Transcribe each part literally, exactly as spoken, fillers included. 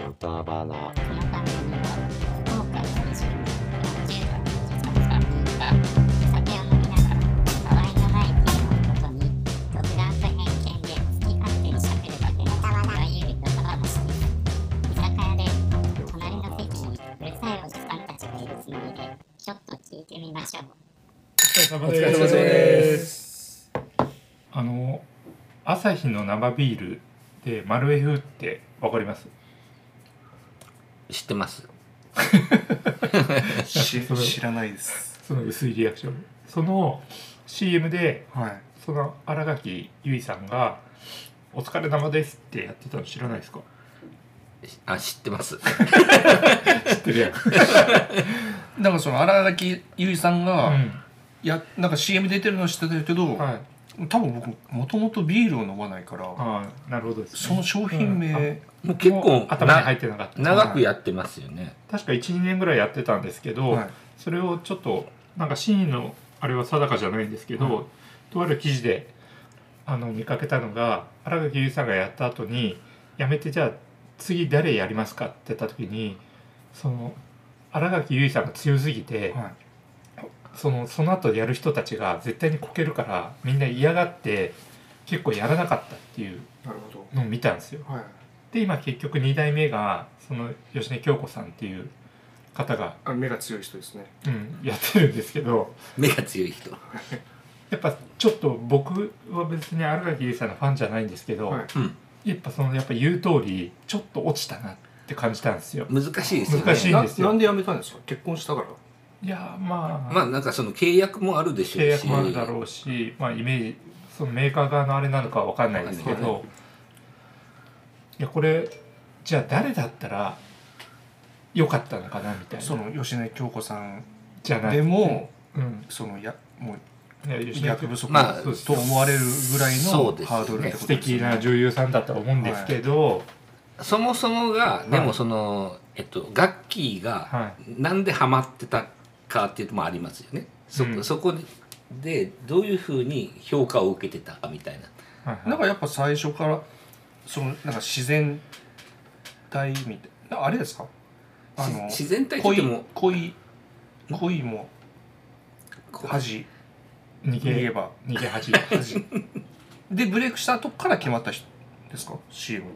歌バナ。 この番組は福岡在住よんじゅうだいの実家さんにんがお酒を飲みながらたわいのないテーマをもとに独断と偏見で好き勝手にしゃべるだけのいわゆる歌話です。居酒屋で隣の席にうるさいおじさんたちがいるつもりでちょっと聞いてみましょう。 お疲れ様です。あの朝日の生ビールでマルエフってわかります？ 知ってます。 し知らないです。 その薄いリアクション。その シーエム で、 はい、 その新垣結衣さんがお疲れ様ですってやってたの知らないですか？ あ、知ってます。 知ってるやん。 だからその新垣結衣さんが、 うん、 やなんか シーエム 出てるの知ってたけど、 はい、 多分僕もともとビールを飲まないから、 ああ、なるほどですね。 その商品名、 うんもう結構頭に入ってなかった。 長くやってますよね。 確か いちにねんぐらいやってたんですけど、 はい、 それをちょっとなんか真意のあれは定かじゃないんですけど、はい、とある記事であの見かけたのが新垣結衣さんがやった後にやめてじゃあ次誰やりますかって言った時にその新垣結衣さんが強すぎて、はい、そのその後やる人たちが絶対にこけるからみんな嫌がって結構やらなかったっていうのを見たんですよ。はい、で今結局にだいめがその芳根京子さんっていう方があ目が強い人ですね、 うん、やってるんですけど目が強い人やっぱちょっと僕は別に新垣結衣さんのファンじゃないんですけど、はい、やっぱそのやっぱ言う通りちょっと落ちたなって感じたんですよ。 難しいですよね。 難しいんですよ。 な, なんで辞めたんですか？結婚したから？ いやまあまあなんかその契約もあるでしょうし契約もあるだろうし、まあ、イメージそのメーカー側のあれなのかは分かんないですけど、はい、いやこれじゃあ誰だったら良かったのかなみたいな。 その芳根京子さんじゃなくてでも、 うん、 そのやもう役役不足と思われるぐらいのハードルってことですね。 素敵な女優さんだと思うんですけど、 はい、そもそもがでもその、えっと、ガッキーがなんでハマってたかっていうのもありますよね。そ、うん、そこでどういうふうに評価を受けてたかみたいな。 はいはい、なんかやっぱ最初からそのなんか自然体みたいなあれですか？あの自然体っても恋恋も恥逃げ逃げば逃げ恥でブレイクした後から決まった人ですか シーエム って？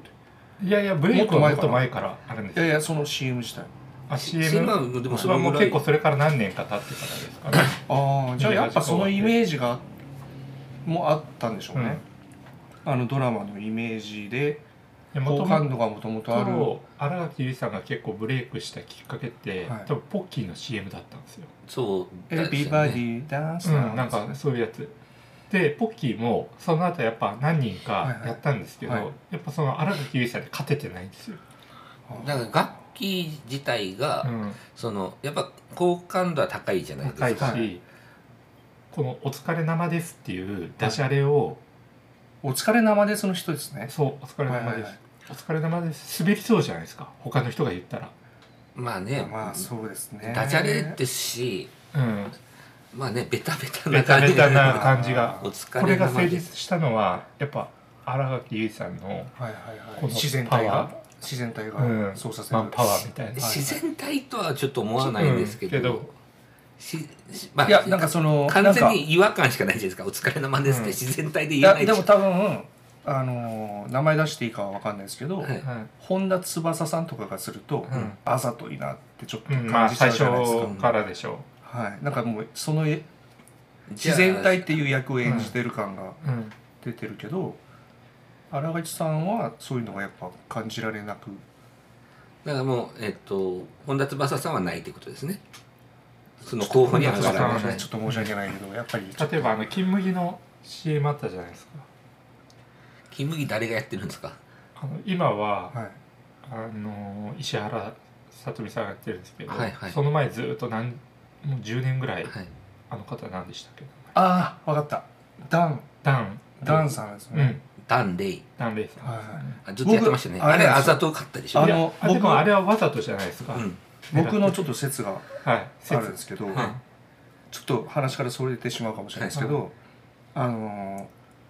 いやいやブレイクはもっと前からあるんですよ。 いやいやその シーエム 自体あ シーエム はでもそれはもう結構それから何年か経ってからですかね。 ああじゃあやっぱそのイメージがもあったんでしょうね、うん、あのドラマのイメージで好感度がもともとある新垣結衣さんが結構ブレイクしたきっかけって、はい、多分ポッキーの シーエム だったんですよ。 そうエビバディダンスなんかそういうやつでポッキーもその後やっぱ何人かやったんですけど、はいはい、やっぱその新垣結衣さんで勝ててないんですよ。 だから楽器自体が、うん、そのやっぱ好感度は高いじゃないですか。 高いし、はい、この「お疲れ生です」っていうダジャレを、 お疲れ生ですの人ですね。 そうお疲れ生です、はいはいはい、お疲れ生です滑りそうじゃないですか他の人が言ったら。 まあねまあそうですねダジャレですし、うん、まあねベタベタな感じベタベタな感じがこれが成立したのはやっぱ新垣結衣さんのこの自然体が自然体が操作する、 マンパワーみたいな。 自然体とはちょっと思わないんですけど、うん、けどしまあ、いやなんかその完全に違和感しかないじゃないですか。お疲れ生ですって自然体で言えない、 うん、いやでも多分あの名前出していいかは分かんないですけど、はい、本田翼さんとかがすると、うん、あざといなってちょっと感じちゃうじゃないですか、うんまあ、最初からでしょう、はい、なんかもうその自然体っていう役を演じてる感が出てるけど、新垣さんはそういうのがやっぱ感じられなく、 だからもうえっと本田翼さんはないってことですね。その候補に上がらない。 ちょっと申し訳ないけどやっぱり例えばあの金麦の シーエム あったじゃないですか。 金麦誰がやってるんですか？ あの今は、はい、あの石原さとみさんがやってるんですけど、はいはい、その前ずっと何もうじゅうねんぐらい、はい、あの方何でしたっけ？ ああ分かった。ダンダンダンさんですね。うんダンレイダンレイさん、 はい、ずっとやってましたね。あれあざとかったでしょ。 あの僕もあれはわざとじゃないですか、うん、 僕のちょっと説があるんですけど、はい、ちょっと話からそれてしまうかもしれないですけど、はい、あの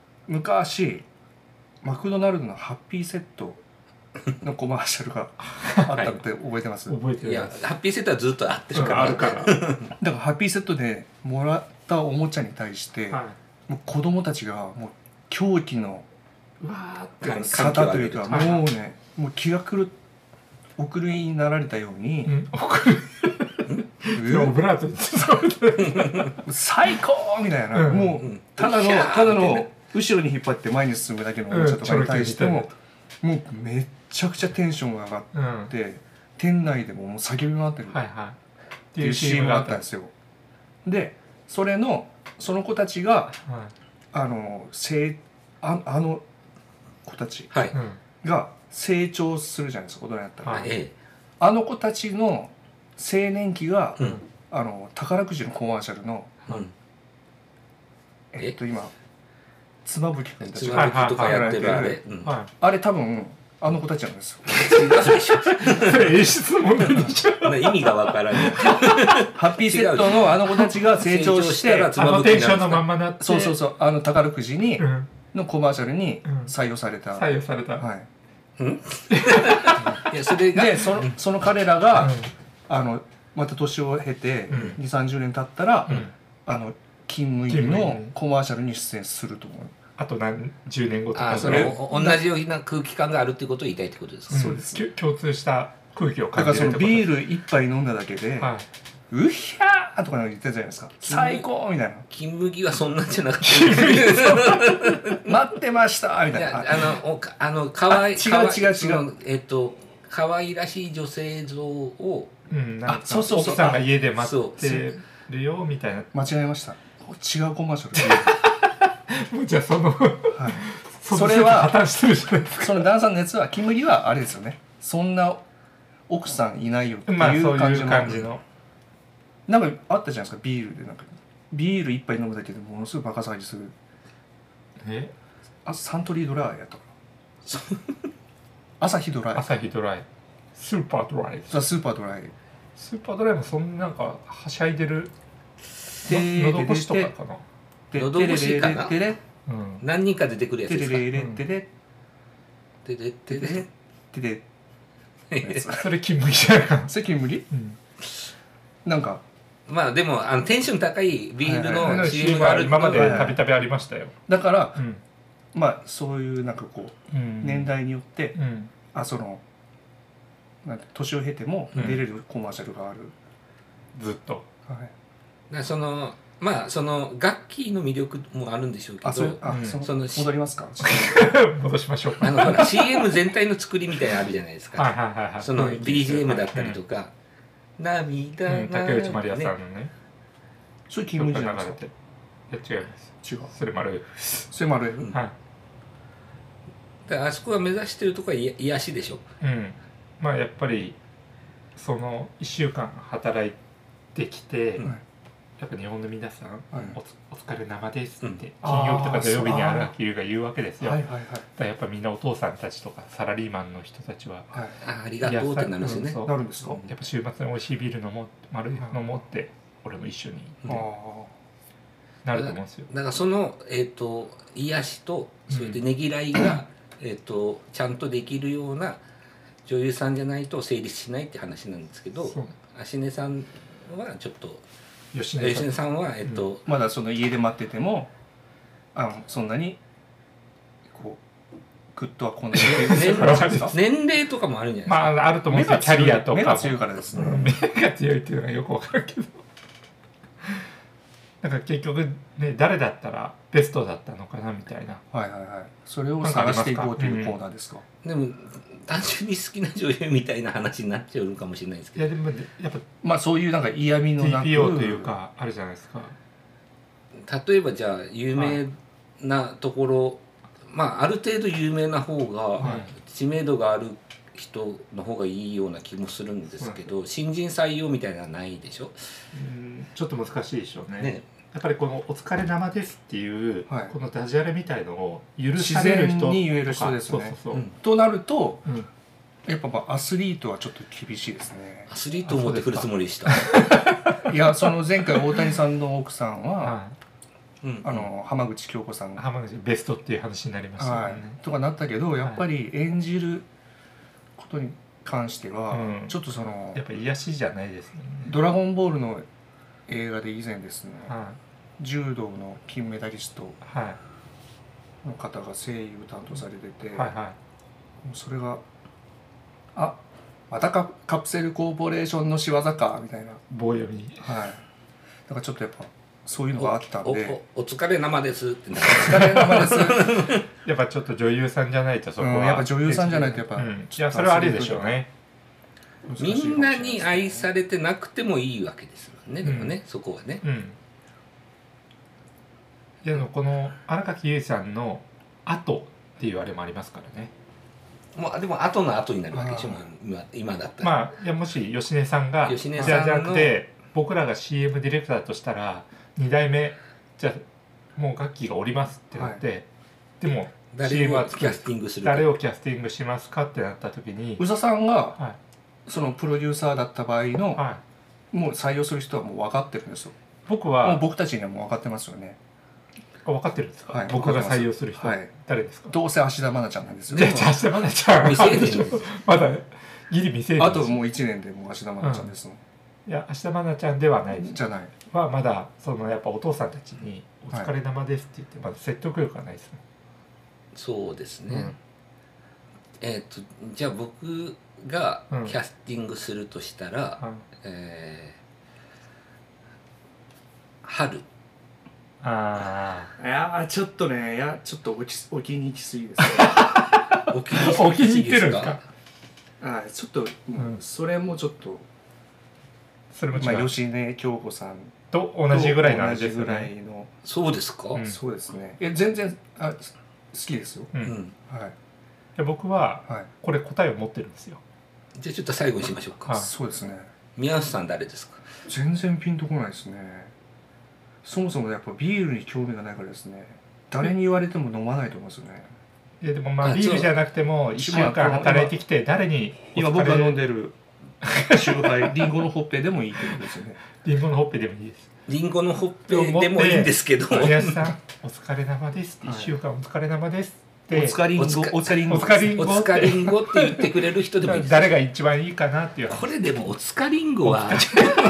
昔マクドナルドのハッピーセットのコマーシャルがあったって覚えてます？ 覚えてる。 いやハッピーセットはずっとあってるからあるからだからハッピーセットでもらったおもちゃに対して、はい、もう子供たちがもう狂気のうわーって沙汰というか、もうねもう気が狂ってお狂いになられたように、うん、 お狂いオブラート最高みたいな、うん、もうただのただの後ろに引っ張って前に進むだけのおもちゃとかに対しても、うん、もうめっちゃくちゃテンションが上がって、うん、店内でももう叫び回ってるっていうシーンがあったんですよ。でそれのその子たちが、はい、あのせああの子たちが成長するじゃないですか、大人になったら、はい、あの子たちの青年期が、うん、あの宝くじのコマーシャルの、うん、えっと今妻夫木君たちがとかやってるあれ、 あれ多分あの子たちなんですよ。 演出の問題でしょ。 意味がわからない。 ハッピーセットのあの子たちが成長してあのテンションのまんまなって、 そうそうそうあの宝くじに、うん、のコマーシャルに採用された、 うん、採用された。 はい。 うん、いやそれがでそのその彼らが、うん、あのまた年を経て、うん、にじゅうさんじゅうねん経ったら、うん、あの金麦のコマーシャルに出演すると思う。 あと何十年後とか、 あそれ同じような空気感があるってことを言いたいってことですか？ うん、そうです。共通した空気を感じるってことです。だからそのビール一杯飲んだだけで、はい、うひゃーとか言ってたじゃないですか。最高みたいな。 金麦はそんなんじゃなくて待ってましたみたいな。 いやあのおあの可愛い違う違う違うえっと可愛らしい女性像を、 うん、なんかそうそうそう奥さんが家で待ってるよみたいな。 間違えました。違うコマーシャル。 もうじゃあその、はい、 それは破綻してるじゃないですか。 その旦那さんの熱は金麦はあれですよね。そんな奥さんいないよっていう感じの、まあ、そういう感じのなんかあったじゃないですか。ビールでなんかビール一杯飲むだけでものすごいバカ騒ぎする。 えあサントリードライやったかな。朝日ドライ朝日ドライスーパードライスーパードライスーパードライもそんななんかはしゃいでるのど越しとかかな。 喉越しかな、うん、何人か出てくるやつですか。 テレレテレテレテレテレそれ金麦じゃないかな。 それ金麦、うん、なんかまあでもあのテンション高いビールの シーエム がある今までたびたびありましたよ。 だから、うん、まあそういうなんかこう、うん、年代によって、うん、あそのなんて年を経ても出れるコマーシャルがある、 うん、ずっと、 はい、 だそのまあその楽器の魅力もあるんでしょうけど、あそあ、うん、その戻りますか。 戻しましょう。 あのほら シーエム 全体の作りみたいなのあるじゃないですか。はいはいはいはい。その ビージーエム だったりとか、うん、涙が、 うん、竹内まりやさんのね。 ねそれ金麦じゃないですか。 いや違います。違う。それ丸 F。 それ丸 F。 はい。 だからあそこが目指してるとこは癒しでしょ。 うん。まあやっぱりそのいっしゅうかん働いてきて。うん、やっぱ日本の皆さん、はい、お, お疲れ生ですって、うん、金曜日とか土曜日にあるわけが言うわけですよ。はいはいはい、だからやっぱみんなお父さんたちとかサラリーマンの人たちは、 はい、あ, ありがとうってなるんですよね。 なるんですか。 やっぱ週末に美味しいビール飲もう丸飲もうって、はい、俺も一緒に、うん、なると思うんですよ。 だからその、えー、と癒しとそれでねぎらいが、うん、えとちゃんとできるような女優さんじゃないと成立しないって話なんですけど、芦根さんはちょっと。吉根さんは、えっと、 うん、まだその家で待っててもあのそんなにこうグッとは来ない年齢とかもあるんじゃないですか。 まああると思うんですよ。キャリアとか目が強いからですね。 目が強いっていうのがよくわかるけどなんか結局ね誰だったらベストだったのかなみたいな。 はいはいはい。それを探していこうというコーナーですか。 うん、でも単純に好きな女優みたいな話になっちゃうかもしれないですけど。 いやでもやっぱまあそういうなんか嫌味のなくティーピーオー というかあるじゃないですか。 例えばじゃあ有名なところ、はい、まあある程度有名な方が知名度がある人の方がいいような気もするんですけど、はい、新人採用みたいなのはないでしょ。 うんちょっと難しいでしょうね。ねやっぱりこのお疲れ生ですっていう、はい、このダジャレみたいのを許される人自然に言える人ですね。そうそうそう、うん、となると、うん、やっぱまあアスリートはちょっと厳しいですね。 アスリートを持ってくるつもりでした。 いやその前回大谷さんの奥さんは、はいうん、あの浜口京子さん浜口ベストっていう話になりましたよね、はい、 とかなったけどやっぱり演じることに関しては、うん、ちょっとそのやっぱ癒しじゃないですね。 ドラゴンボールの映画で以前ですね、はい、柔道の金メダリストの方が声優担当されてて、はいはい、もうそれがあまた カ, カプセルコーポレーションの仕業かみたいな棒読み、 はい、だからちょっとやっぱそういうのがあったんでお, お, お疲れ生ですってお疲れ生ですやっぱちょっと女優さんじゃないとそこは、うん、 やっぱ女優さんじゃないとやっぱ、うん、 いやそれはありでしょうね。 みんなに愛されてなくてもいいわけですもんね、でもね、うん、そこはね、うん、いやでもこの新垣結衣さんの後っていうあれもありますからね。 もうでも後の後になるわけでしょ、今, 今だったら。 まあいやもし芳根さんが芳根さんじゃなくて僕らが シーエム ディレクターとしたらに代目じゃあもう楽器がおりますってなって、はい、でも シーエム はキャスティングする誰をキャスティングしますかってなった時に宇佐さんが、はい、そのプロデューサーだった場合の、はい、もう採用する人はもう分かってるんですよ。 僕はもう僕たちにはもう分かってますよね。 分かってるんですか、はい、僕が採用する人、はい、誰ですか。 どうせ芦田愛菜ちゃんなんですよ。 じゃあ芦田愛菜ちゃん未成年まだギリ未成年。 あともういちねんでもう芦田愛菜ちゃんですもん、 うん、いや芦田愛菜ちゃんではないじゃないはまだそのやっぱお父さんたちに「お疲れ生です」って言ってまだ説得力がないですもん。 そうですね、うん、えっとじゃあ僕がキャスティングするとしたら、うん、えー、春。 ああ、いやちょっとね、いやちょっとおきお気に入りすぎです、ね。 お気に入ってるんですか。 あちょっと、うん、それもちょっと。 それも違う。 まあ芳根京子さんと同じぐらいの味ですね。 同じぐらいの。 そうですか。 うん、そうですね。え全然あ好きですよ。うん。うん、はい。 で僕は、はい、これ答えを持ってるんですよ。 じゃあちょっと最後にしましょうか。 そうですね。 宮内さん誰ですか。 全然ピンとこないですね。そもそもやっぱビールに興味がないからですね。誰に言われても飲まないと思いますよね。 いやでもまあビールじゃなくてもいっしゅうかん働いてきて誰に今僕が飲んでるチューハイリンゴのほっぺでもいいってことですよね。 リンゴのほっぺでもいいです。 リンゴのほっぺでもいいんですけど。 宮下さんお疲れ生です。いっしゅうかんお疲れ生です。 おつかりんご、おつかりんご、 おつかりんご、 おつかりんごって言ってくれる人でもいいです。 誰が一番いいかなっていう。 これでもおつかりんごは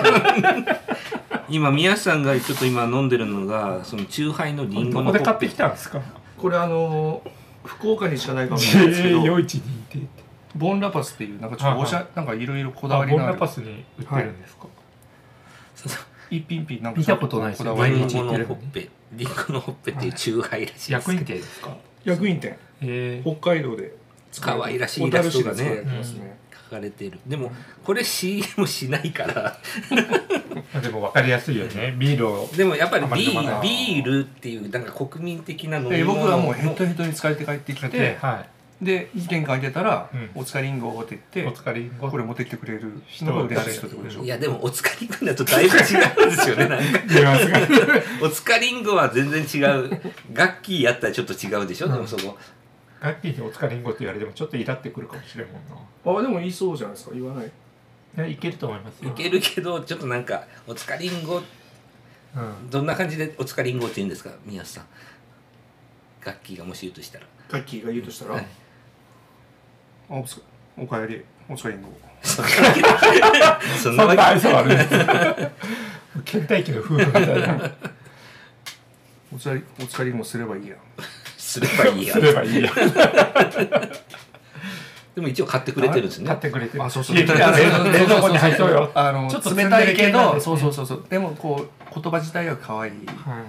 今宮さんがちょっと今飲んでるのがそのチューハイのリンゴのほっぺ。どこで買ってきたんですか。 これあの福岡にしかないかもしれないですけど。 夜市にいて。 ボンラパスっていうなんかちょっとおしゃなんかいろいろこだわりのある。 ボンラパスに売ってるんですか。 一品品なんか見たことないですよ。 リンゴのほっぺ、リンゴのほっぺっていうチューハイらしいです。 薬品店ですか。 薬品店。北海道で可愛らしいイラストがね書かれている。でもこれ シーエム しないからでも分かりやすいよね。ビールをでもやっぱりビービールっていうなんか国民的な飲み物。 僕はもうヘッドヘッドに疲れて帰ってきて、で玄関開けたらおつかりんごって言って、 おつかりんごこれ持ってきてくれる人が嬉しい人ってことでしょ。 いやでもおつかりんごだとだいぶ違うんですよね。なんかおつかりんごは全然違う。楽器やったらちょっと違うでしょ。でもそこガッキーにおつかりんごって言われてもちょっとイラってくるかもしれんもんな。あでも言いそうじゃないですか。言わない。いやいけると思いますよ。 いけるけどちょっとなんかおつかりんご、うん、どんな感じでおつかりんごって言うんですか宮下さん。ガッキーがもし言うとしたら。 ガッキーが言うとしたら。はい、あおつおかえりおつかりんご。 そんな愛想あるんです。倦怠期の夫婦みたいな。 おつかりおつかりんごすればいいや。 すればいいや。 すればいいや。 でも一応買ってくれてるんですね。 買ってくれてる。 あ、そうそう。 冷蔵庫に入っとるよ。 あのちょっと冷たいけど、そうそうそうそう。でもこう言葉自体が可愛い。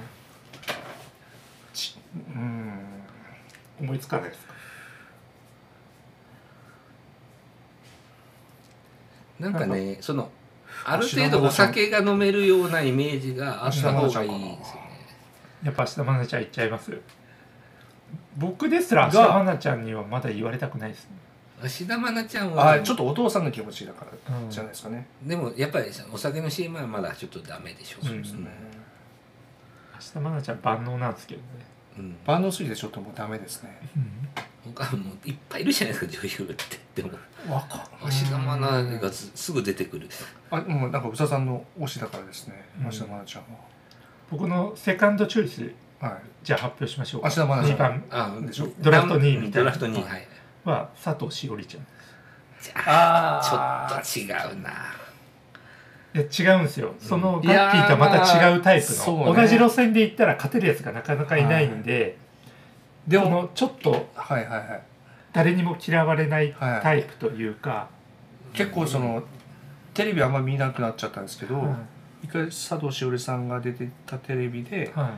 うん。思いつかないですか。 なんかね、そのある程度お酒が飲めるようなイメージがあった方がいいですよね。 やっぱ芦田愛菜ちゃん言っちゃいます。僕ですら芦田愛菜ちゃんにはまだ言われたくないですね。 芦田愛菜ちゃんはあちょっとお父さんの気持ちだからじゃないですかね。 でもやっぱりお酒の シーエム はまだちょっとダメでしょう。そうですね。 芦田愛菜ちゃん万能なんですけどね。 万能すぎてちょっともうダメですね。 他もういっぱいいるじゃないですか女優って。でも芦田愛菜がすぐ出てくる。 あもうなんか宇佐さんの推しだからですね。芦田愛菜ちゃんは。 僕のセカンドチョイス、はい、じゃあ発表しましょうか。 芦田愛菜ちゃんにばんでしょ。ドラフトにいみたいな。 ドラフトにはい。 は佐藤しおりちゃんです。 ああちょっと違うな。 いや違うんですよ、そのガッキーとはまた違うタイプの、まあね、同じ路線で行ったら勝てるやつがなかなかいないんで、でもちょっと誰にも嫌われないタイプというか、はいはい、 結構そのテレビあんま見なくなっちゃったんですけど、はい、一回佐藤栞里さんが出てたテレビで、はい、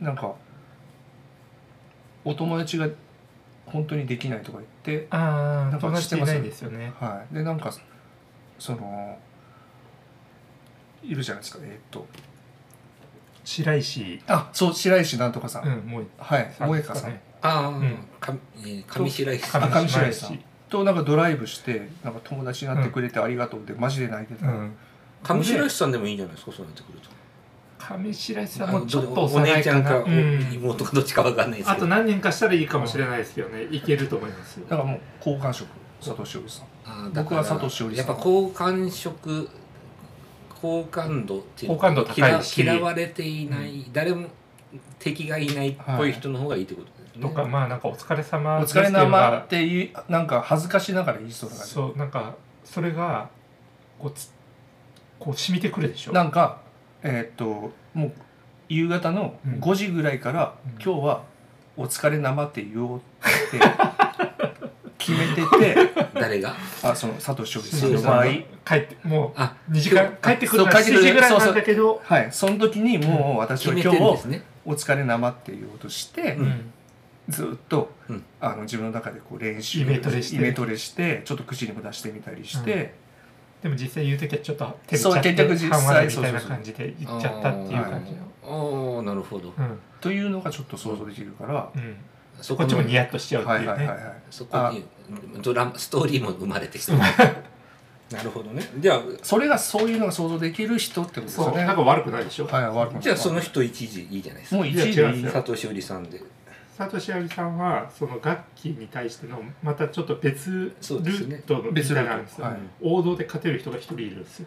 なんかお友達が本当にできないとか言って、 ああ、友達いないんですよね。 はい。でなんかそのいるじゃないですか。えー、っと白石、 あ、そう白石なんとかさん、 うん、もうはい、萌香さん、 ああ、うん、か上白石さん、 上白石さんとなんかドライブしてなんか友達になってくれてありがとうってマジで泣いてた。 上白石さんでもいいんじゃないですか、そうなってくると。 上白石さんもちょっとお姉ちゃんか妹かどっちかわかんないですけど、 あと何年かしたらいいかもしれないですけどね、いけると思いますよ。 だからもう好感触、佐藤栞里さん。僕は佐藤栞里さん。 やっぱ好感触、好感度っていう好感度高いし、 嫌われていない、誰も敵がいないっぽい人の方がいいってことですね。 とか、まあなんかお疲れ様お疲れ様っていうなんか恥ずかしながら言いそうな感じ。 そう、なんかそれがこうつこう染みてくるでしょ。 なんかえっともう夕方のごじぐらいから、うん、今日はお疲れ生って言おうって決めてて誰があその佐藤栞里さんの場合帰ってもうあにじかん帰ってくるのがしちじぐらいなんだけど、 はい、その時にもう私は今日をお疲れ生って言おうとして、うん、ずっと、うん、あの自分の中でこう練習イメトレしてイメトレしてちょっと口にも出してみたりして。うん、でも実際言う時はちょっと照れちゃって半笑いみたいな感じで言っちゃったっていう感じの。 ああなるほど、うん。 というのがちょっと想像できるから、うん、 そこっちもニヤッとしちゃうっていうね。はいはいはいはい、 そこにドラマストーリーも生まれてきた。なるほどね。じゃあそれがそういうのが想像できる人ってことですよね。 なんか悪くないでしょ。 はい悪くない。 じゃあその人一時いいじゃないですか。 もう一時いい佐藤栞里さんで。 佐藤栞里さんはその楽器に対してのまたちょっと別ルートのみたいなんですよ。王道で勝てる人が一人いるんですよ。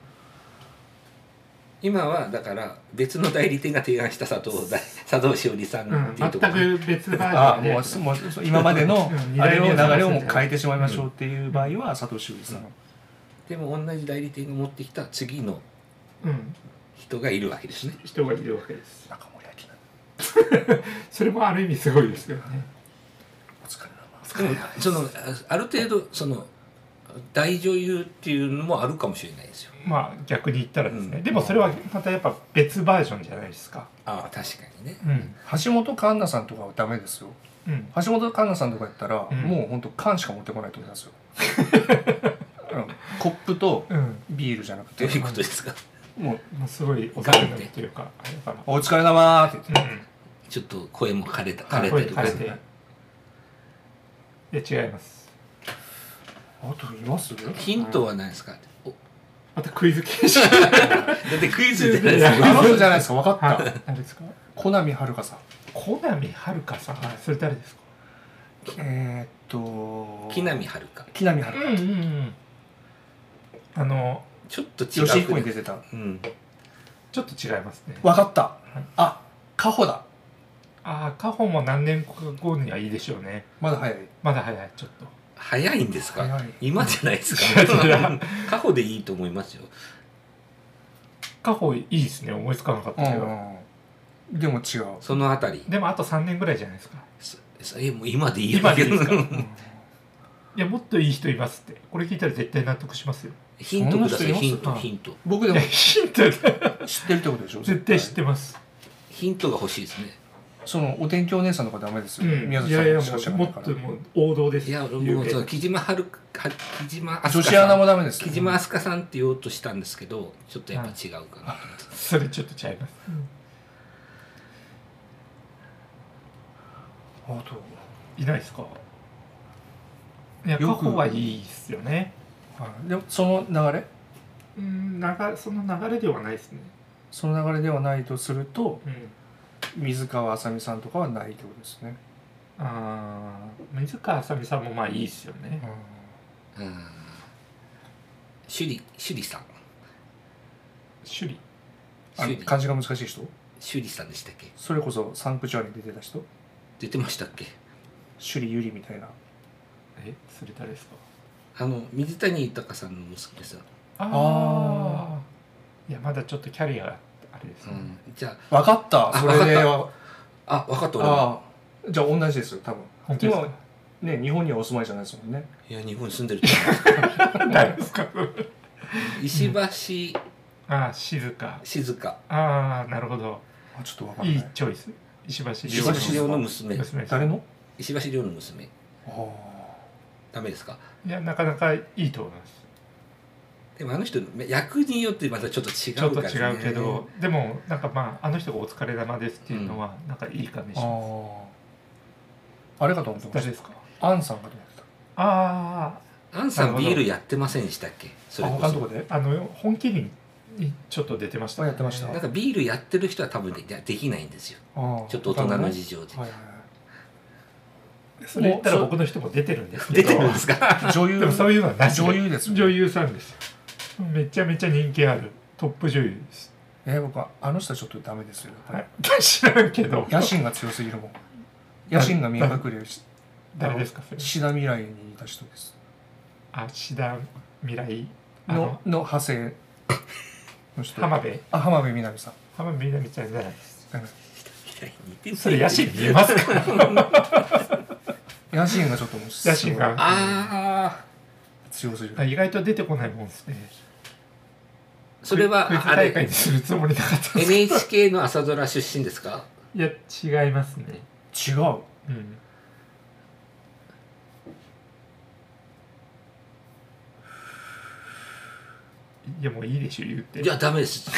今はだから別の代理店が提案した佐藤佐藤栞里さんっていうところ、 うん、全く別バージョンでもうもう今までのあれを流れをもう変えてしまいましょうっていう場合は佐藤栞里さん、うん、 でも同じ代理店が持ってきた次の人がいるわけですね。 人がいるわけです。中森明菜それもある意味すごいですよね。 お疲れ様。 そのある程度その大女優っていうのもあるかもしれないですよ。 まあ逆に言ったらですね、うん、でもそれはまたやっぱ別バージョンじゃないですか。 ああ確かにね、 うん、 橋本環奈さんとかはダメですよ、うん、橋本環奈さんとかやったら、うん、もうほんと缶しか持ってこないと思いますよコップとビールじゃなくて、 どういうことですか。 もうすごいお酒飲みっていうかお疲れ様って言って、 うん、ちょっと声も枯れた枯れてる枯れていや違います。 あといますヒントは何ですか。 またクイズ形式だってクイズじゃないですか。あの人じゃないですか。分かった。 誰ですか。 小波遥さん。 小波遥さん。それ誰ですか。 えー、っと木南遥。 木南遥。 うんうんうん。あのちょっと違う。 吉彦に出てた。 うん。 ちょっと違いますね。 分かった。あ、カホだ。 ああ、カホも何年か後にはいいでしょうね。 まだ早い。 まだ早いちょっと。 早いんですか。今じゃないですか。カホでいいと思いますよ。 カホいいですね。思いつかなかったけど。 でも違う。 そのあたり。 でもあとさんねんぐらいじゃないですか。 えもう今でいいよ。 今でいいですか。いやもっといい人いますって。これ聞いたら絶対納得しますよ。 ヒントください。ヒントヒント。 僕でもヒント知ってるってことでしょ。 絶対知ってます。 ヒントが欲しいですね。 そのお天気お姉さんとかダメですよ、ね。うん、宮崎さんいやいやもうもっともう王道です。 いやもうその木島春木島飛鳥さん。 女子アナもダメです、 ね。木島飛鳥さんって言おうとしたんですけど、ちょっとやっぱ違うかな。 それちょっと違います。 うん、あといないですか。いやカホはいいですよね。 はい、でもその流れ？ うん流その流れではないですね。 その流れではないとすると。 うん水川あさみさんとかはないってことですね。 ああ、水川あさみさんもまあいいですよね。 うん。首里首里さん。 首里。 首里。漢字が難しい人？ 首里さんでしたっけ？ それこそサンクチュアリに出てた人？ 出てましたっけ？ 首里ゆりみたいな。 え、それ誰ですか？ あの水谷豊さんの息子ですよ。 ああいやまだちょっとキャリアがあれですね、うん、 じゃあ分かったそれであ分かった俺あじゃあ同じですよ多分本当ですか今ね日本にはお住まいじゃないですもんね。 いや日本に住んでる誰ですか石橋、 うん、ああ静か静かああなるほどあちょっと分かんないいいチョイス石橋石橋亮の娘娘誰の石橋亮の娘ああダメですか。 いやなかなかいいと思います。 でもあの人役によってまたちょっと違うからね。 ちょっと違うけどでもなんかまああの人がお疲れ様ですっていうのはなんかいい感じします、うん、 ああれかと思ってました。 誰ですか。 アンさんかと思ってた。 ああアンさんビールやってませんでしたっけ。 それこそあ他のとこであの本麒麟にちょっと出てました、ね、 やってました。 なんかビールやってる人は多分 で, できないんですよ。ちょっと大人の事情で、ねはいはいはい、それ言ったら僕の人も出てるんですけど出てるんですか女優でもそういうのはなし女優です、 ね、女優さんですよ。めちゃめちゃ人気あるトップ女優です。 えー、僕はあの人はちょっとダメですよ、 はい、知らんけど野心が強すぎるもん。野心が見え隠れるし誰ですかそれ。 志田未来にいた人です。 あ志田未来のの派生の人浜辺あ浜辺美波さん浜辺美波ちゃんじゃないです、 うん、 それ野心見えますか野心がちょっともう野心があ強すぎる。 意外と出てこないもんですね。 それはあれ大会にするつもりなかった。 エヌエイチケー の朝ドラ出身ですか。 いや違いますね。 違う、 うん、いやもういいでしょ言って。 いやダメです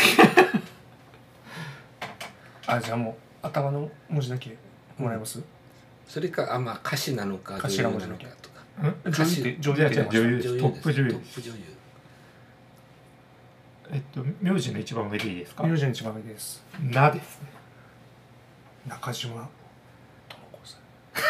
あじゃあもう頭の文字だけもらえます、うん、 それかあまあ歌詞なのか頭文字だけとか女優って女優って女優です。トップ女優です。 トップ女優。 えっと名字の一番上でいいですか。 名字の一番上です。 なですね。 中島智子さ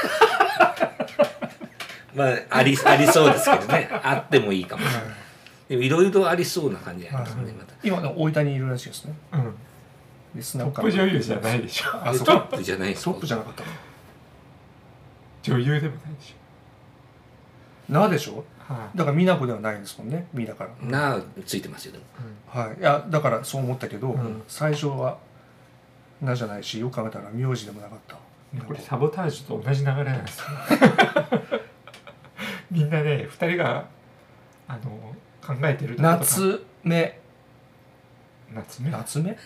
んまあありありそうですけどね。あってもいいかもしれない。でもいろいろありそうな感じありますね。また今の大分にいるらしいですね。 うん。 トップ女優じゃないでしょ。 あトップじゃないですか。 トップじゃなかったか。 女優でもないでしょ。なでしょ。 はだから美奈子ではないですもんね。美だから。 なついてますよでも。 はい。いやだからそう思ったけど、 うん、 最初はなじゃないし、よく考えたら名字でもなかった。 これサボタージュと同じ流れなんですよ。みんなねふたりがあの考えてる夏目夏目夏目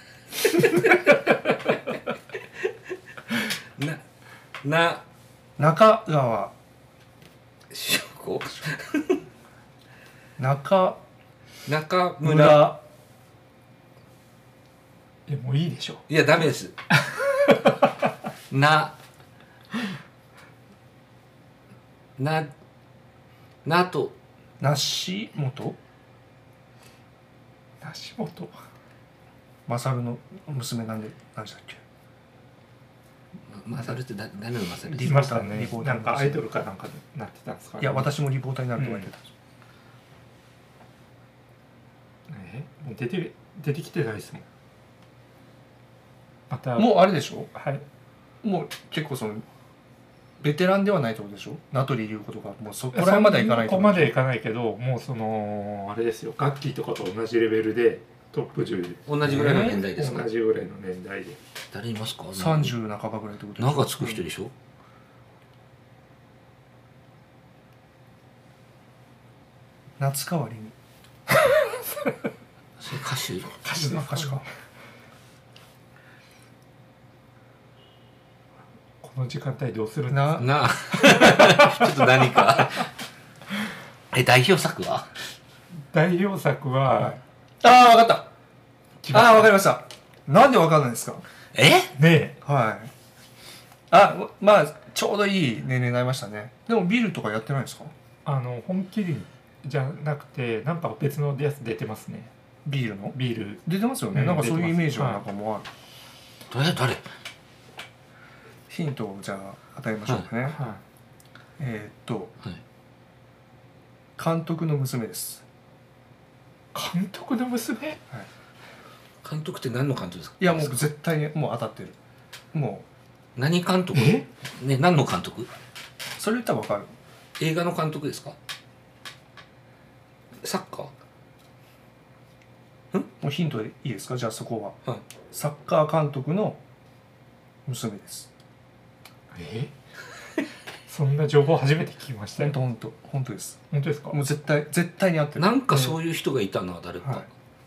なな中川翔子中中村村いやもういいでしょ。 いやダメですなななと梨本梨本勝の娘なんで何でしたっけ。 マサルって誰のマサルリポーターね。リポーターなんかアイドルかなんかなってたんですか、ね。 いや私もリポーターになると言われてたんですよ。 うん、え出て出てきてないですもん。またもうあれでしょ。 はい。 もう結構そのベテランではないってことでしょ。名取裕子とかもうそこら辺まではいかない。 そこまでいかないけど、もうそのあれですよ。ガッキーとかと同じレベルでトップじゅう。 同じぐらいの年代ですか。 同じぐらいの年代で。 誰いますか。 さんじゅう半ばぐらいってことでしょ。 名がつく人でしょ。うん、 夏川りみ。 それ歌手。 歌手だ歌手か。 この時間帯どうするんですか。な、なちょっと何かえ代表作は？ 代表作は、はい、 ああ分かった。ああ分かりました。なんで分かんないですか。 え？ ねえ。 はい。あまあちょうどいい年齢になりましたね。でもビールとかやってないですか？ あの本麒麟じゃなくてなんか別のやつ出てますね。 ビールの？ ビール出てますよね。うん、なんかそういうイメージはなんかもうある。 誰誰？ ヒントをじゃあ与えましょうかね。はいはい、えー、っと、はい、監督の娘です。 監督の娘？はい、 監督って何の監督ですか？ いやもう絶対にもう当たってる。もう何監督？え？ね何の監督？ それ言ったらわかる。 映画の監督ですか？ サッカー？ん？もうヒントでいいですか？じゃあそこは、 はい、 サッカー監督の娘です。 えそんな情報初めて聞きましたよ。 本当本当本当です。 本当ですか？ もう絶対絶対に合ってる。 なんかそういう人がいたな、誰か、はい、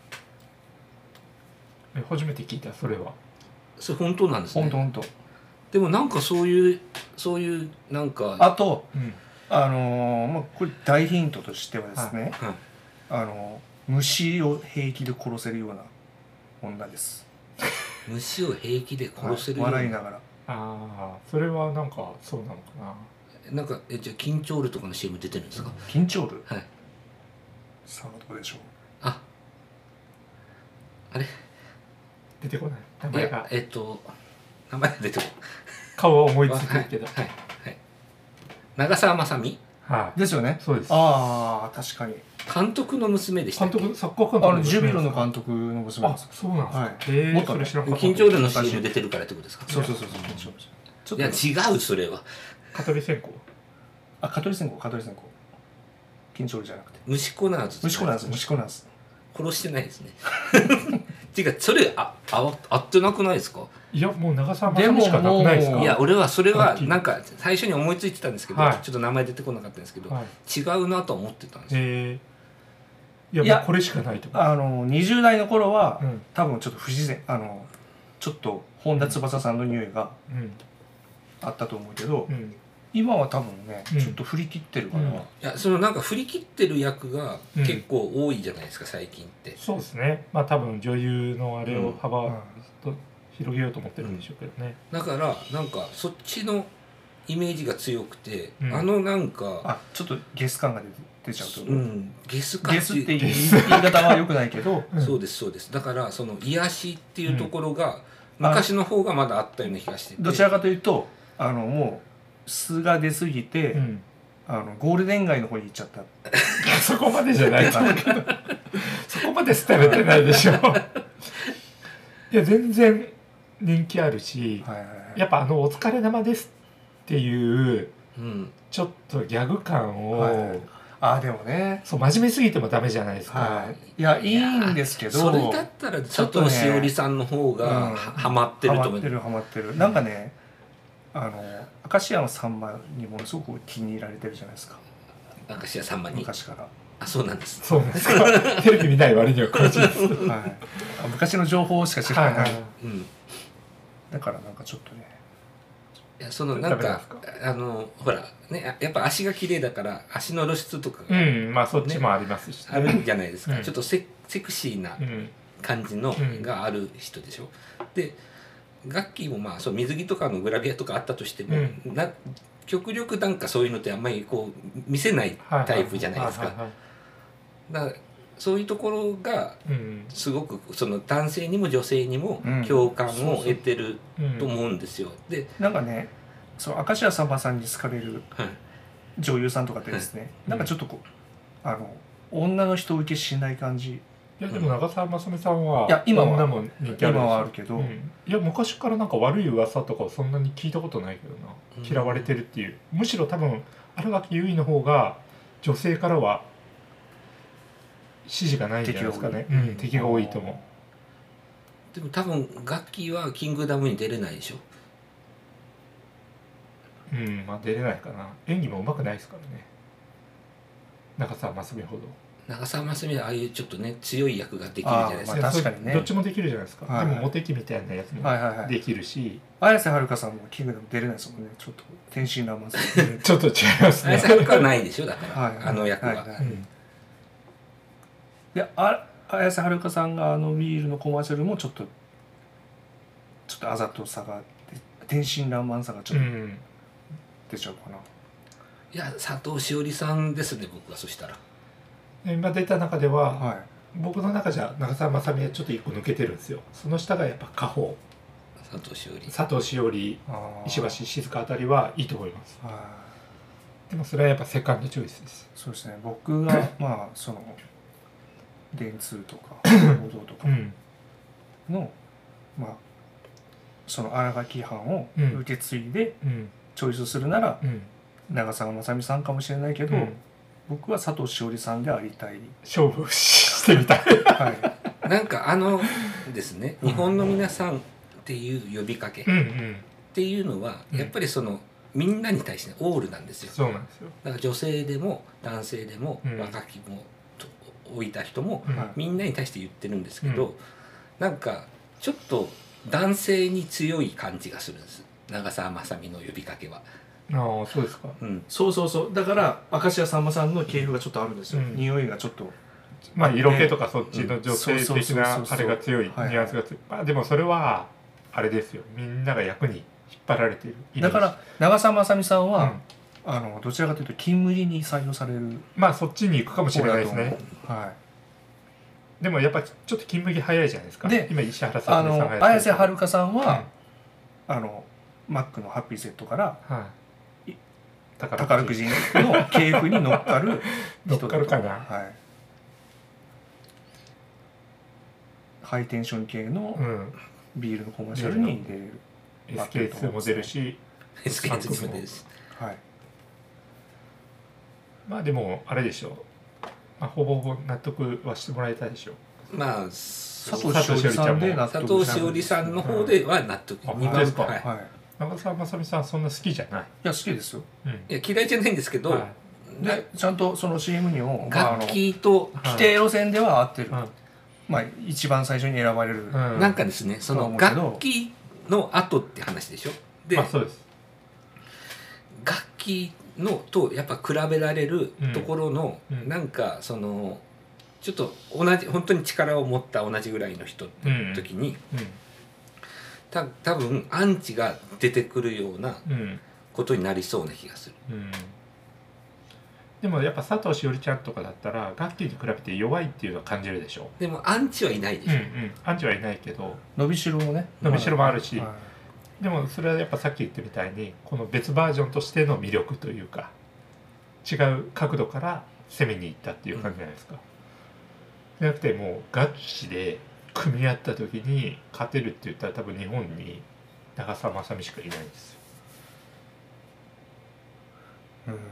え初めて聞いた。それはそれ本当なんですね。 本当本当。 でもなんかそういうそういうなんかあと、うん、あのー、まあこれ大ヒントとしてはですね、はいはい、あのー、虫を平気で殺せるような女です。 虫を平気で殺せるような、 はい、笑いながら。 ああ、それはなんかそうなのかな。 なんかえじゃあ緊張ルとかの シーエム 出てるんですか？ 緊張ル？ はい。 さあどうでしょう。 あ、あれ出てこない。名前がえっと名前が出てこない。 顔は思いついてるけど。 はいはい、はい、長澤まさみ。 はい。ですよね。 そうです。 ああ確かに。 監督の娘でしたっけ？ 監督、サッカー監督。 あのジュビロの監督の娘です。 あ、そうなんですか。 はい。 ええ、 もっとね、 緊張ルの シーエム 出てるからってことですか？ そうそうそうそう。 ちょっといや違うそれは。 蚊取り線香。 あ、蚊取り線香、蚊取り線香。緊張ルじゃなくて。 虫コナーズ。 虫コナーズ、虫コナーズ。 殺してないですね。ていうかそれああ合ってなくないですか？ いやもう長澤まさみしかなくないですか？ いや俺はそれはなんか最初に思いついてたんですけど、 はい、 ちょっと名前出てこなかったんですけど、はい、違うなと思ってたんですよ。 えー、いやもうこれしかないと思う。 あのにじゅう代の頃は、うん、多分ちょっと不自然、あのちょっと本田翼さんの匂いがあったと思うけど、うん、今は多分ね、うん、ちょっと振り切ってるから、うん、いやそのなんか振り切ってる役が結構多いじゃないですか、うん、最近って。 そうですね。まあ多分女優のあれを幅と広げようと思ってるんでしょうけどね、 うん、だからなんかそっちのイメージが強くて、うん、あのなんかあちょっとゲス感が出ちゃうと、 うん、ゲス感ゲスって言い方は良くないけどそうですそうです。だからその癒しっていうところが、うん、昔の方がまだあったような気がしてて、 どちらかというとあのもう素が出すぎて、うん、あのゴールデン街の方に行っちゃったそこまでじゃないかなそこまで捨てれてないでしょいや全然人気あるし、はいはいはい、やっぱあのお疲れ様ですっていう、うん、ちょっとギャグ感を、はいはい、 あでもねそう真面目すぎてもダメじゃないですか、 はい、いやいいんですけどそれだったら佐藤しおりさんの方が、ね、ハマってると思う。 ハマってるハマってる、うん、なんかねあの明石家のさんまにものすごく気に入られてるじゃないですか。 明石家さんまに昔から。 あそうなんです。 そうなんですかテレビ見ない割には詳しいです、 はい、昔の情報しか知らない、はいはい、 うん、 だからなんかちょっとねいやそのなんかあのほらねやっぱ足が綺麗だから足の露出とかが、ね、うんまあそっちもありますし、ね、 あるんじゃないですか、 うん、 ちょっと セ, セクシーな感じの、うん、がある人でしょ。でガッキーもまあそう水着とかのグラビアとかあったとしても、うん、な極力なんかそういうのってあんまりこう見せないタイプじゃないですか。だからそういうところがすごくその男性にも女性にも共感を得てると思うんですよ。でなんかねその明石家さんまさんに好かれる女優さんとかってですね、はい、なんかちょっとこうあの女の人受けしない感じ。 いやでも長澤まさみさんはいや今は女も人気ある今はあるけど、うん、 いや昔からなんか悪い噂とかはそんなに聞いたことないけどな、うん、嫌われてるっていう。むしろ多分新垣結衣の方が女性からは支持がないんじゃないですかね。敵が多い、うん、敵が多いと思う。でも多分ガッキーはキングダムに出れないでしょ。 うんまあ出れないかな。演技も上手くないですからね長澤まさみほど。 長澤まさみはああいうちょっとね強い役ができるじゃないですか。 まあ、確かにねどっちもできるじゃないですか、はいはい、でもモテ期みたいなやつもできるし、はいはいはい、綾瀬はるかさんもキングダム出れないですもんね。ちょっと天真爛漫さちょっと違いますね。 綾瀬はるかはないでしょだから、はいはい、あの役は、はいはいはい、うん、 であ綾瀬はるかさんがあのビールのコマーシャルもちょっとちょっとあざとさがあって天真爛漫さがちょっと出ちゃうかな、うん、 いや佐藤しおりさんですね僕は。そしたら今出た中では、はい、僕の中じゃ長澤まさみはちょっと一個抜けてるんですよ。その下がやっぱ家宝佐藤しおり佐藤しおり石橋静香あたりはいいと思います。でもそれはやっぱセカンドチョイスです。 そうですね。僕がまあその電通とか報道とかの、うん、まあその新垣藩を受け継いでチョイスするなら、うん、長澤まさみさんかもしれないけど、うん、 僕は佐藤しおりさんでありたい。 勝負してみたい、 はい、 なんかあのですね日本の皆さんっていう呼びかけっていうのはやっぱりそのみんなに対してオールなんですよ。 そうなんですよ。 だから女性でも男性でも若きも置いた人もみんなに対して言ってるんですけど、なんかちょっと男性に強い感じがするんです、長澤まさみの呼びかけは。 ああそうですか、 うん、そうそうそう、だから明石家さんまさんの系譜がちょっとあるんですよ、うん、匂いがちょっとまあ色気とかそっちの女性的なあれが強いニュアンスが強い。まあでもそれはあれですよ、みんなが役に引っ張られている。 だから長澤まさみさんは、うん、あのどちらかというと金麦に採用される、 まあそっちに行くかもしれないですね。 はい、 でもやっぱちょっと金麦早いじゃないですか。 で今石原さんがやってる綾瀬はるかさんは、うん、あのマックのハッピーセットから、はい、宝くじの系譜に乗っかる乗っかるかな、 はい、ハイテンション系のビールのコマーシャルに出る、 うん、エスケーツー も出るしエスケーツー も出るし、 はい、 まあでもあれでしょう、まあ、ほぼほぼ納得はしてもらえたでしょう。 まあ佐藤しおりさんで納得、 佐藤しおりさんの方では納得、 うん、にばんですか、 はい、 長澤まさみさんそんな好きじゃない？いや好きですよ、 うん、いや嫌いじゃないんですけど、はい、 でちゃんとその シーエム にも楽器と規定路線では合ってる、はい、まあ一番最初に選ばれる、うん、 なんかですねその楽器の後って話でしょ。で、 まあ、そうです。 楽器のとやっぱ比べられるところの、うん、なんかそのちょっと同じ本当に力を持った同じぐらいの人って時に、うんうん、た多分アンチが出てくるようなことになりそうな気がする、うん、 でもやっぱ佐藤しおりちゃんとかだったら楽器に比べて弱いっていうのは感じるでしょ。 でもアンチはいないでしょ、うんうん、 アンチはいないけど伸びしろもね伸びしろもあるし、はい、でもそれはやっぱさっき言ったみたいにこの別バージョンとしての魅力というか違う角度から攻めに行ったっていう感じじゃないですか、うんじゃなくてもうガチで組み合った時に勝てるって言ったら多分日本に長澤まさみしかいないんですよ。うーん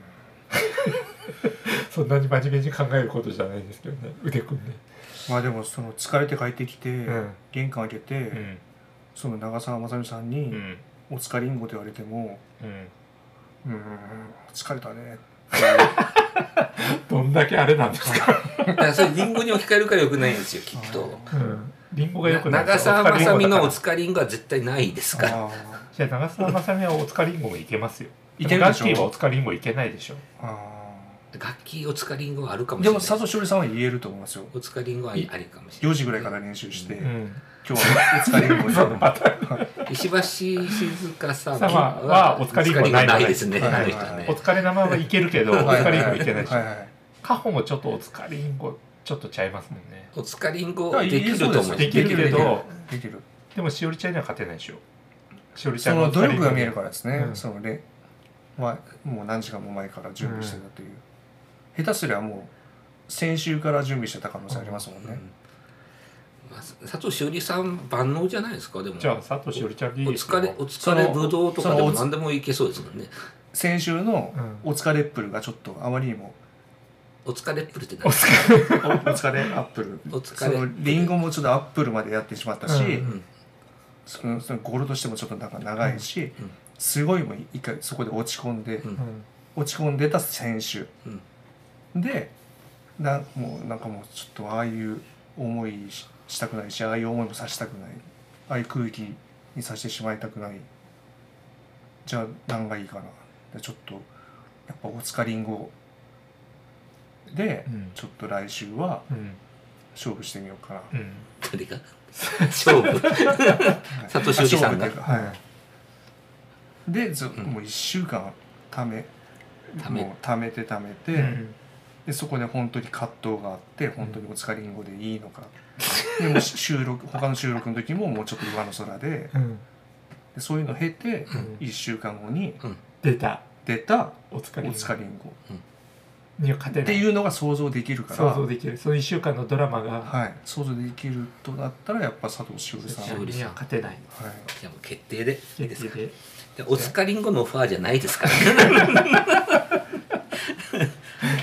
そんなに真面目に考えることじゃないんですけどね、腕組んで。 まあでもその疲れて帰ってきて、うん、玄関開けて、うん、その長澤まさみさんに、うん、お疲れんごと言われても、うん、うーん疲れたねどんだけあれなんですかだからそれリンゴに置き換えるからよくないんですよきっと、 うん、リンゴがよくない。 長澤まさみのおつかりんごは絶対ないですから。 じゃあ長澤まさみはおつかりんごもいけますよ。いけるでしょ。ガッキーはおつかりんごいけないでしょ。 あ楽器おつかりんごはあるかもしれない。 でも佐藤しおりさんは言えると思いますよ。 おつかりんごはありかもしれない。 よじぐらいから練習して、うん、今日はおつかりんごに石橋静香さんはおつかりんごないですね。 おつかれ生はいけるけどおつかりんごいけないでしょ。カホもちょっとおつかりんごちょっとちゃいますもんね。 おつかりんごできると思う。 できるけどでもしおりちゃんには勝てないでしょ。 しおりちゃんの努力が見えるからですね。そのね、まあもう何時間も前から準備してたという。下手すりゃもう先週から準備してた可能性ありますもんね。 まあ、佐藤しおりさん万能じゃないですか。でもじゃあ佐藤しおりちゃんでいいですか。お疲れお疲れぶどうとかでも何でもいけそうですもんね。 先週のお疲れップルがちょっとあまりにもお疲れップルって何？お疲れアップル。 お疲れ。 そのリンゴもちょっとアップルまでやってしまったし、うんうん、そのそのゴールとしてもちょっとなんか長いし、うんうん、すごいもう一回そこで落ち込んで、うん、落ち込んでた先週、うん、でなもうなんかもうちょっとああいう思いしたくないし、ああいう思いもさせたくない、ああいう空気にさせてしまいたくない。じゃあ何がいいかな。ちょっとやっぱおつかりんごで、うん、ちょっと来週は勝負してみようかな。うん、 誰が勝負佐藤しおりさんが、はい、でず、うん、もういっしゅうかんためためもうためてためて、うん、でそこで本当に葛藤があって本当におつかりんごでいいのか、うん、でも収録他の収録の時ももうちょっと上の空で、うん、でそういうのを経て、うん、いっしゅうかんごに、 うん、出た出たおつかりんごには勝てないっていうのが想像できるから想像できる。そのいっしゅうかんのドラマが、 はい、想像できるとなったらやっぱ佐藤しおりさんには勝てない、はい、 じゃあもう決定でいいですか。 でおつかりんごのオファーじゃないですからね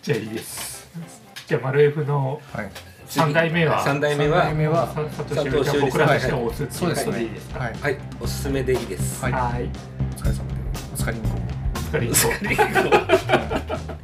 じゃあいいです。じゃあマルエフのさん代目はさん代目は佐藤修理僕らとして押すっていうことでいいですか。 はい、おすすめでいいです。 はい。 お疲れ様で。お疲れんこ。 お疲れんこ。